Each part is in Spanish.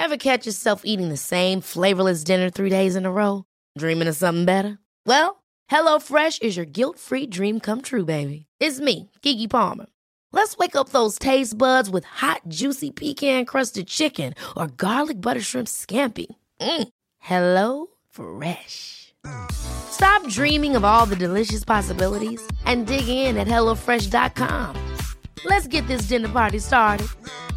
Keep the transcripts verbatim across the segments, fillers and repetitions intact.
Ever catch yourself eating the same flavorless dinner three days in a row? Dreaming of something better? Well, HelloFresh is your guilt-free dream come true, baby. It's me, Keke Palmer. Let's wake up those taste buds with hot, juicy pecan-crusted chicken or garlic butter shrimp scampi. Mm. Hello Fresh. Stop dreaming of all the delicious possibilities and dig in at hello fresh dot com. Let's get this dinner party started.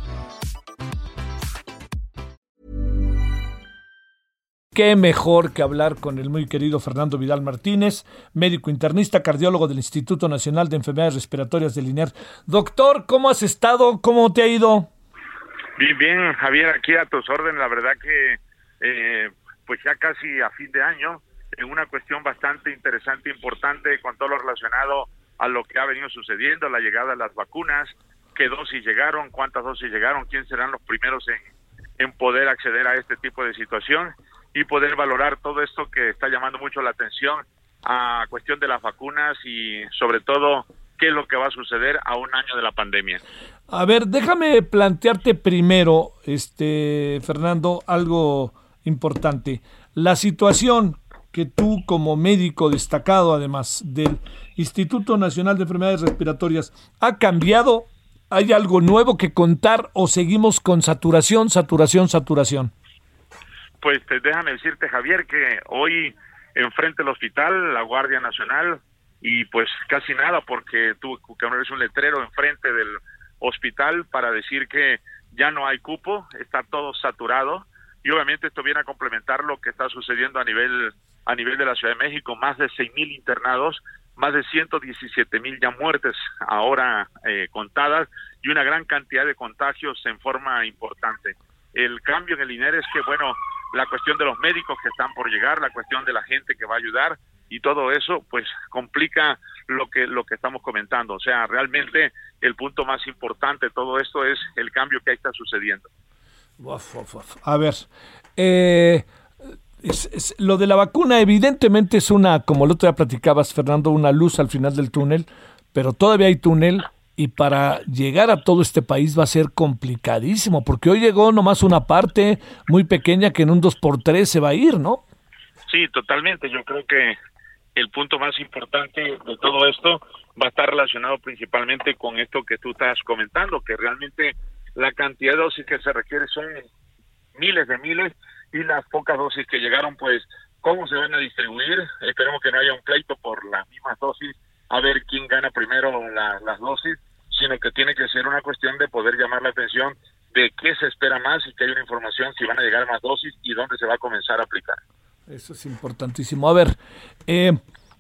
Qué mejor que hablar con el muy querido Fernando Vidal Martínez, médico internista, cardiólogo del Instituto Nacional de Enfermedades Respiratorias del INER. Doctor, ¿cómo has estado? ¿Cómo te ha ido? Bien, bien, Javier, aquí a tus órdenes. La verdad que, eh, pues ya casi a fin de año, en una cuestión bastante interesante e importante con todo lo relacionado a lo que ha venido sucediendo, la llegada de las vacunas, qué dosis llegaron, cuántas dosis llegaron, quién serán los primeros en, en poder acceder a este tipo de situación y poder valorar todo esto que está llamando mucho la atención a cuestión de las vacunas y sobre todo qué es lo que va a suceder a un año de la pandemia. A ver, déjame plantearte primero, este Fernando, algo importante. La situación que tú como médico destacado además del Instituto Nacional de Enfermedades Respiratorias, ¿ha cambiado? ¿Hay algo nuevo que contar o seguimos con saturación, saturación, saturación? Pues te, déjame decirte, Javier, que hoy enfrente del hospital, la Guardia Nacional, y pues casi nada, porque tuvo que ponerse un letrero enfrente del hospital para decir que ya no hay cupo, está todo saturado, y obviamente esto viene a complementar lo que está sucediendo a nivel a nivel de la Ciudad de México, más de seis mil internados, más de ciento diecisiete mil ya muertes ahora eh, contadas, y una gran cantidad de contagios en forma importante. El cambio en el INER es que, bueno, la cuestión de los médicos que están por llegar, la cuestión de la gente que va a ayudar y todo eso, pues complica lo que lo que estamos comentando. O sea, realmente el punto más importante de todo esto es el cambio que ahí está sucediendo. Uf, uf, uf. A ver, eh, es, es, lo de la vacuna evidentemente es una, como el otro día platicabas, Fernando, una luz al final del túnel, pero todavía hay túnel. Y para llegar a todo este país va a ser complicadísimo, porque hoy llegó nomás una parte muy pequeña que en un dos por tres se va a ir, ¿no? Sí, totalmente. Yo creo que el punto más importante de todo esto va a estar relacionado principalmente con esto que tú estás comentando, que realmente la cantidad de dosis que se requiere son miles de miles, y las pocas dosis que llegaron, pues, ¿cómo se van a distribuir? Esperemos que no haya un pleito por las mismas dosis, a ver quién gana primero la, las dosis, sino que tiene que ser una cuestión de poder llamar la atención de qué se espera más y que haya una información si van a llegar más dosis y dónde se va a comenzar a aplicar. Eso es importantísimo. A ver, eh,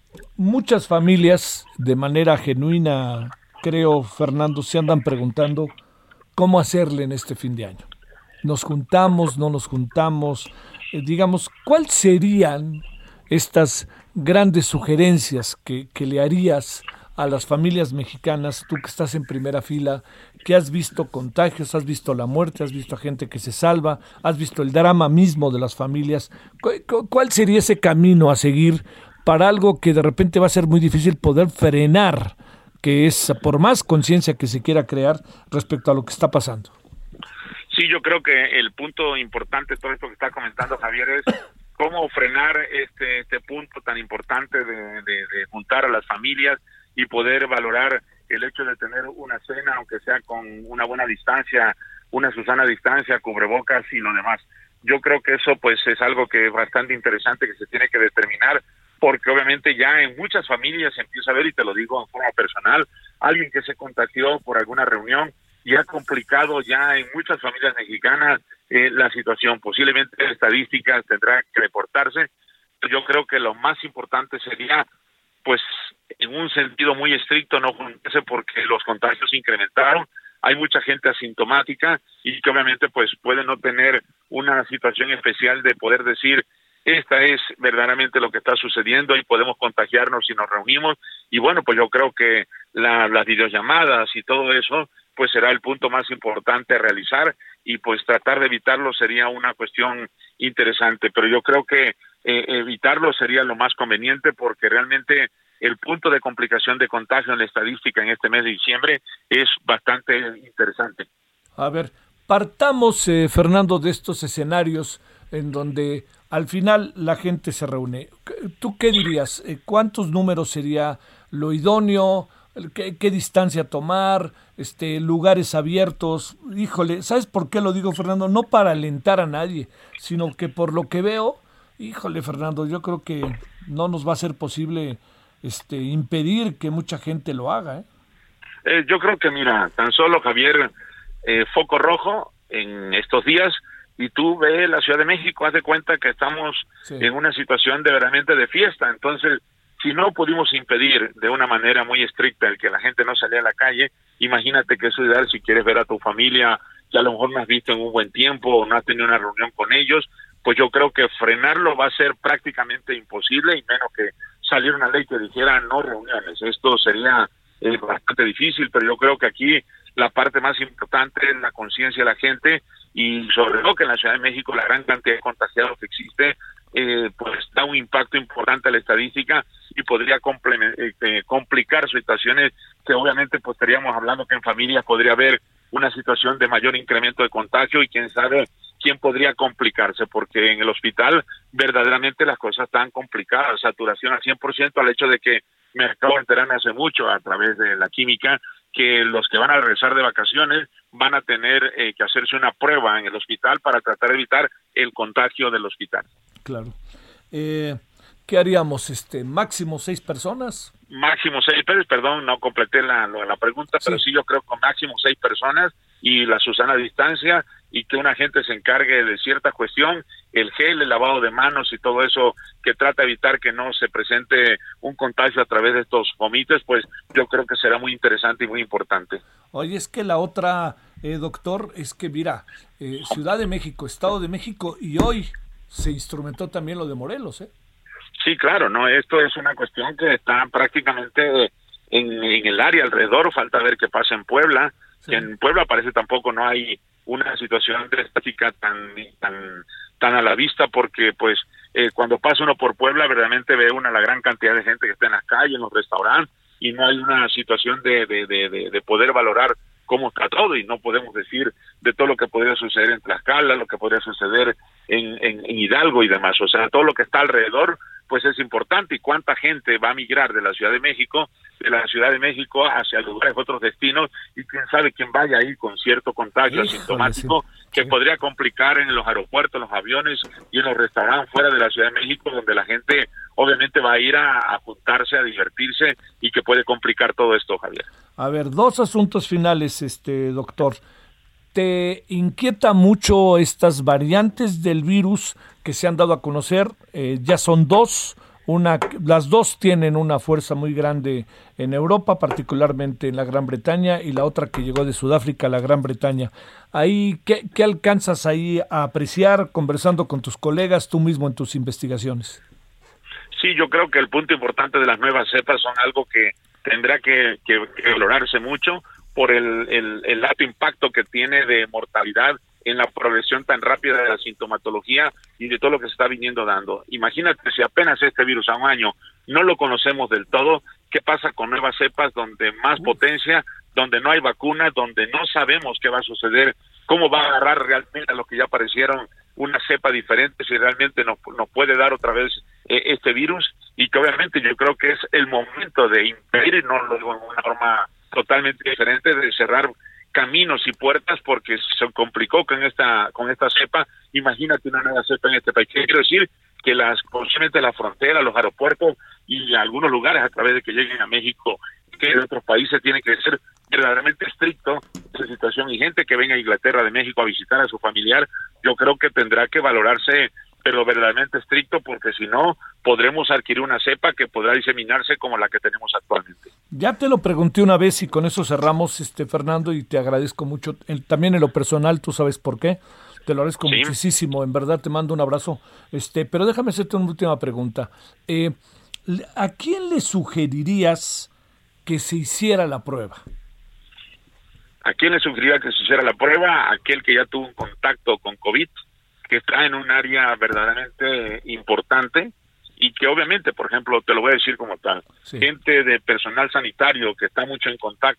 muchas familias de manera genuina, creo, Fernando, se andan preguntando cómo hacerle en este fin de año. ¿Nos juntamos, no nos juntamos? Eh, digamos, ¿cuáles serían estas grandes sugerencias que, que le harías a las familias mexicanas, tú que estás en primera fila, que has visto contagios, has visto la muerte, has visto a gente que se salva, has visto el drama mismo de las familias? ¿Cuál sería ese camino a seguir para algo que de repente va a ser muy difícil poder frenar, que es por más conciencia que se quiera crear respecto a lo que está pasando? Sí, yo creo que el punto importante de todo esto que está comentando Javier es cómo frenar este este punto tan importante de, de, de juntar a las familias y poder valorar el hecho de tener una cena, aunque sea con una buena distancia, una susana distancia, cubrebocas y lo demás. Yo creo que eso pues es algo que es bastante interesante, que se tiene que determinar, porque obviamente ya en muchas familias se empieza a ver, y te lo digo en forma personal, alguien que se contagió por alguna reunión y ha complicado ya en muchas familias mexicanas eh, la situación. Posiblemente estadísticas tendrá que reportarse. Yo creo que lo más importante sería, pues, en un sentido muy estricto, no juntarse porque los contagios se incrementaron. Hay mucha gente asintomática y que obviamente pues puede no tener una situación especial de poder decir esta es verdaderamente lo que está sucediendo y podemos contagiarnos si nos reunimos. Y bueno, pues yo creo que la, las videollamadas y todo eso pues será el punto más importante a realizar, y pues tratar de evitarlo sería una cuestión interesante, pero yo creo que eh, evitarlo sería lo más conveniente, porque realmente el punto de complicación de contagio en la estadística en este mes de diciembre es bastante interesante. A ver, Partamos, eh, Fernando, de estos escenarios en donde al final la gente se reúne. ¿Tú qué dirías? ¿Cuántos números sería lo idóneo? ¿Qué, qué distancia tomar? Este, lugares abiertos. Híjole, ¿sabes por qué lo digo, Fernando? No para alentar a nadie, sino que por lo que veo, híjole, Fernando, yo creo que no nos va a ser posible este, impedir que mucha gente lo haga, ¿eh? Eh, yo creo que, mira, tan solo, Javier, eh, foco rojo en estos días, y tú ves la Ciudad de México, haz de cuenta que estamos sí. en una situación de verdaderamente de fiesta. Entonces, si no pudimos impedir de una manera muy estricta el que la gente no salía a la calle, imagínate que eso es ideal si quieres ver a tu familia que a lo mejor no has visto en un buen tiempo o no has tenido una reunión con ellos, pues yo creo que frenarlo va a ser prácticamente imposible, y menos que saliera una ley que dijera no reuniones. Esto sería eh, bastante difícil, pero yo creo que aquí la parte más importante es la conciencia de la gente, y sobre todo que en la Ciudad de México la gran cantidad de contagiados que existe, eh, pues da un impacto importante a la estadística y podría eh, complicar situaciones que obviamente pues estaríamos hablando que en familias podría haber una situación de mayor incremento de contagio, y quién sabe quién podría complicarse, porque en el hospital verdaderamente las cosas están complicadas, saturación al cien por ciento, al hecho de que me acabo de enterarme hace mucho a través de la química que los que van a regresar de vacaciones van a tener eh, que hacerse una prueba en el hospital para tratar de evitar el contagio del hospital. Claro. Eh, ¿Qué haríamos? Este, ¿máximo seis personas? Máximo seis, pero, perdón, no completé la, la pregunta, sí. pero sí yo creo que máximo seis personas y la Susana distancia, y que una gente se encargue de cierta cuestión, el gel, el lavado de manos y todo eso, que trata de evitar que no se presente un contagio a través de estos comités, pues yo creo que será muy interesante y muy importante. Oye, es que la otra, eh, doctor, es que mira, eh, Ciudad de México, Estado de México, y hoy se instrumentó también lo de Morelos, ¿eh? Sí, claro, no, esto es una cuestión que está prácticamente en, en el área alrededor, falta ver qué pasa en Puebla, sí. que en Puebla parece tampoco no hay una situación de estática tan tan tan a la vista, porque pues eh, cuando pasa uno por Puebla verdaderamente ve una la gran cantidad de gente que está en las calles, en los restaurantes, y no hay una situación de de, de, de, de poder valorar cómo está todo, y no podemos decir de todo lo que podría suceder en Tlaxcala, lo que podría suceder en, en, en Hidalgo y demás, o sea, todo lo que está alrededor pues es importante, y cuánta gente va a migrar de la Ciudad de México, de la Ciudad de México hacia lugares, otros destinos, y quién sabe quién vaya ahí con cierto contagio Híjole, asintomático sí. que sí. podría complicar en los aeropuertos, en los aviones y en los restaurantes fuera de la Ciudad de México, donde la gente obviamente va a ir a, a juntarse, a divertirse, y que puede complicar todo esto, Javier. A ver, dos asuntos finales, este doctor. ¿Te inquieta mucho estas variantes del virus que se han dado a conocer? Eh, ya son dos, una, las dos tienen una fuerza muy grande en Europa, particularmente en la Gran Bretaña, y la otra que llegó de Sudáfrica, la Gran Bretaña. Ahí, ¿qué, qué alcanzas ahí a apreciar conversando con tus colegas, tú mismo en tus investigaciones? Sí, yo creo que el punto importante de las nuevas cepas son algo que tendrá que, que, que valorarse mucho, por el, el, el alto impacto que tiene de mortalidad en la progresión tan rápida de la sintomatología y de todo lo que se está viniendo dando. Imagínate si apenas este virus a un año no lo conocemos del todo, ¿qué pasa con nuevas cepas donde más potencia, donde no hay vacunas, donde no sabemos qué va a suceder, cómo va a agarrar realmente a lo que ya aparecieron una cepa diferente, si realmente nos, nos puede dar otra vez eh, este virus? Y que obviamente yo creo que es el momento de impedir, no lo digo en una forma totalmente diferente, de cerrar caminos y puertas, porque se complicó con esta con esta cepa. Imagínate una nueva cepa en este país. Quiero decir que las posiblemente la frontera, los aeropuertos y algunos lugares a través de que lleguen a México, que de otros países, tienen que ser verdaderamente estricto esa situación, y gente que venga a Inglaterra de México a visitar a su familiar, yo creo que tendrá que valorarse pero verdaderamente estricto, porque si no podremos adquirir una cepa que podrá diseminarse como la que tenemos actualmente. Ya te lo pregunté una vez y con eso cerramos, este Fernando, y te agradezco mucho, el, también en lo personal, tú sabes por qué, te lo agradezco ¿Sí? muchísimo, en verdad te mando un abrazo, este, pero déjame hacerte una última pregunta. Eh, ¿a quién le sugerirías que se hiciera la prueba? ¿A quién le sugeriría que se hiciera la prueba? A aquel que ya tuvo un contacto con COVID, que está en un área verdaderamente importante, y que obviamente, por ejemplo, te lo voy a decir como tal, sí. gente de personal sanitario que está mucho en contacto,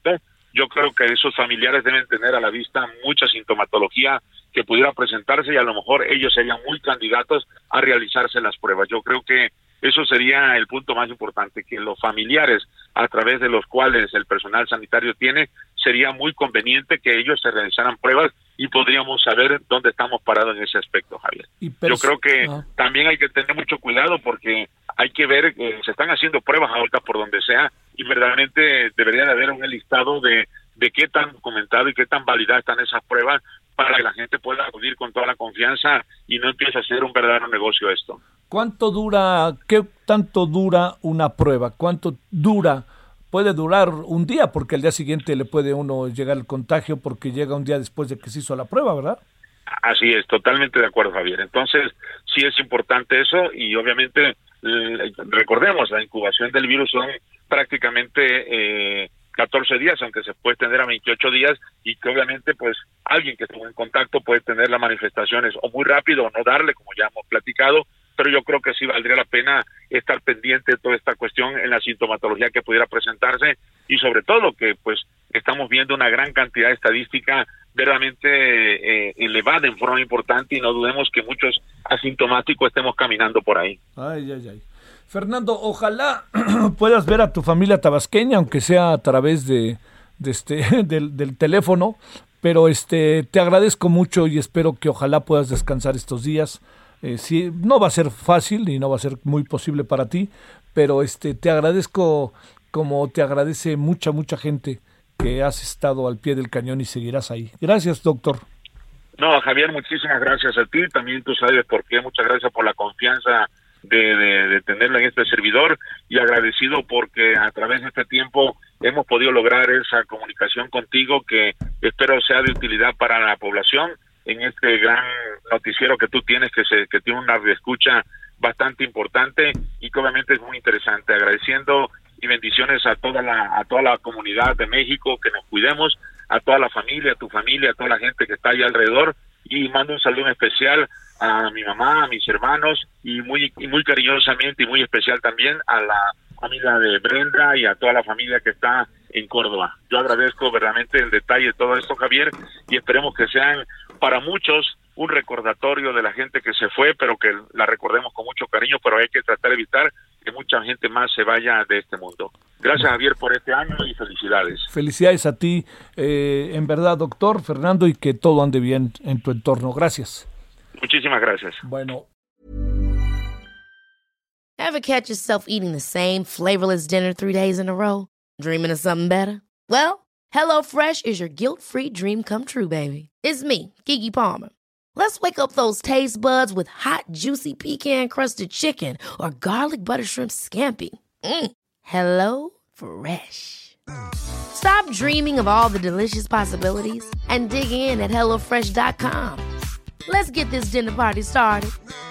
yo creo que esos familiares deben tener a la vista mucha sintomatología que pudiera presentarse y a lo mejor ellos serían muy candidatos a realizarse las pruebas. Yo creo que eso sería el punto más importante, que los familiares a través de los cuales el personal sanitario tiene, sería muy conveniente que ellos se realizaran pruebas y podríamos saber dónde estamos parados en ese aspecto, Javier. Yo creo que ah. también hay que tener mucho cuidado porque hay que ver que eh, se están haciendo pruebas ahorita por donde sea y verdaderamente debería de haber un listado de, de qué tan documentado y qué tan validadas están esas pruebas para que la gente pueda acudir con toda la confianza y no empiece a ser un verdadero negocio esto. ¿Cuánto dura, qué tanto dura una prueba? ¿Cuánto dura? Puede durar un día, porque al día siguiente le puede uno llegar el contagio porque llega un día después de que se hizo la prueba, ¿verdad? Así es, totalmente de acuerdo, Javier. Entonces, sí es importante eso y obviamente, eh, recordemos, la incubación del virus son prácticamente eh, catorce días, aunque se puede extender a veintiocho días y que obviamente, pues, alguien que estuvo en contacto puede tener las manifestaciones o muy rápido o no darle, como ya hemos platicado, pero yo creo que sí valdría la pena estar pendiente de toda esta cuestión en la sintomatología que pudiera presentarse y sobre todo que pues estamos viendo una gran cantidad de estadística verdaderamente eh, elevada en forma importante y no dudemos que muchos asintomáticos estemos caminando por ahí. Ay, ay, ay. Fernando, ojalá puedas ver a tu familia tabasqueña, aunque sea a través de, de este del, del teléfono, pero este te agradezco mucho y espero que ojalá puedas descansar estos días. Eh, sí, no va a ser fácil y no va a ser muy posible para ti, pero este te agradezco como te agradece mucha, mucha gente que has estado al pie del cañón y seguirás ahí. Gracias, doctor. No, Javier, muchísimas gracias a ti, también tú sabes por qué, muchas gracias por la confianza de, de, de tenerlo en este servidor y agradecido porque a través de este tiempo hemos podido lograr esa comunicación contigo que espero sea de utilidad para la población en este gran noticiero que tú tienes, que se que tiene una escucha bastante importante y que obviamente es muy interesante. Agradeciendo y bendiciones a toda la a toda la comunidad de México, que nos cuidemos, a toda la familia, a tu familia, a toda la gente que está ahí alrededor y mando un saludo especial a mi mamá, a mis hermanos y muy y muy cariñosamente y muy especial también a la familia de Brenda y a toda la familia que está en Córdoba. Yo agradezco verdaderamente el detalle de todo esto, Javier, y esperemos que sean para muchos un recordatorio de la gente que se fue, pero que la recordemos con mucho cariño, pero hay que tratar de evitar que mucha gente más se vaya de este mundo. Gracias, Javier, por este año y felicidades. Felicidades a ti, eh, en verdad, doctor Fernando, y que todo ande bien en tu entorno. Gracias. Muchísimas gracias. Bueno. Ever catch yourself eating the same flavorless dinner three days in a row? Dreaming of something better? Well, HelloFresh is your guilt-free dream come true, baby. It's me, Keke Palmer. Let's wake up those taste buds with hot, juicy pecan-crusted chicken or garlic butter shrimp scampi. Mm. Hello Fresh. Stop dreaming of all the delicious possibilities and dig in at hello fresh dot com. Let's get this dinner party started.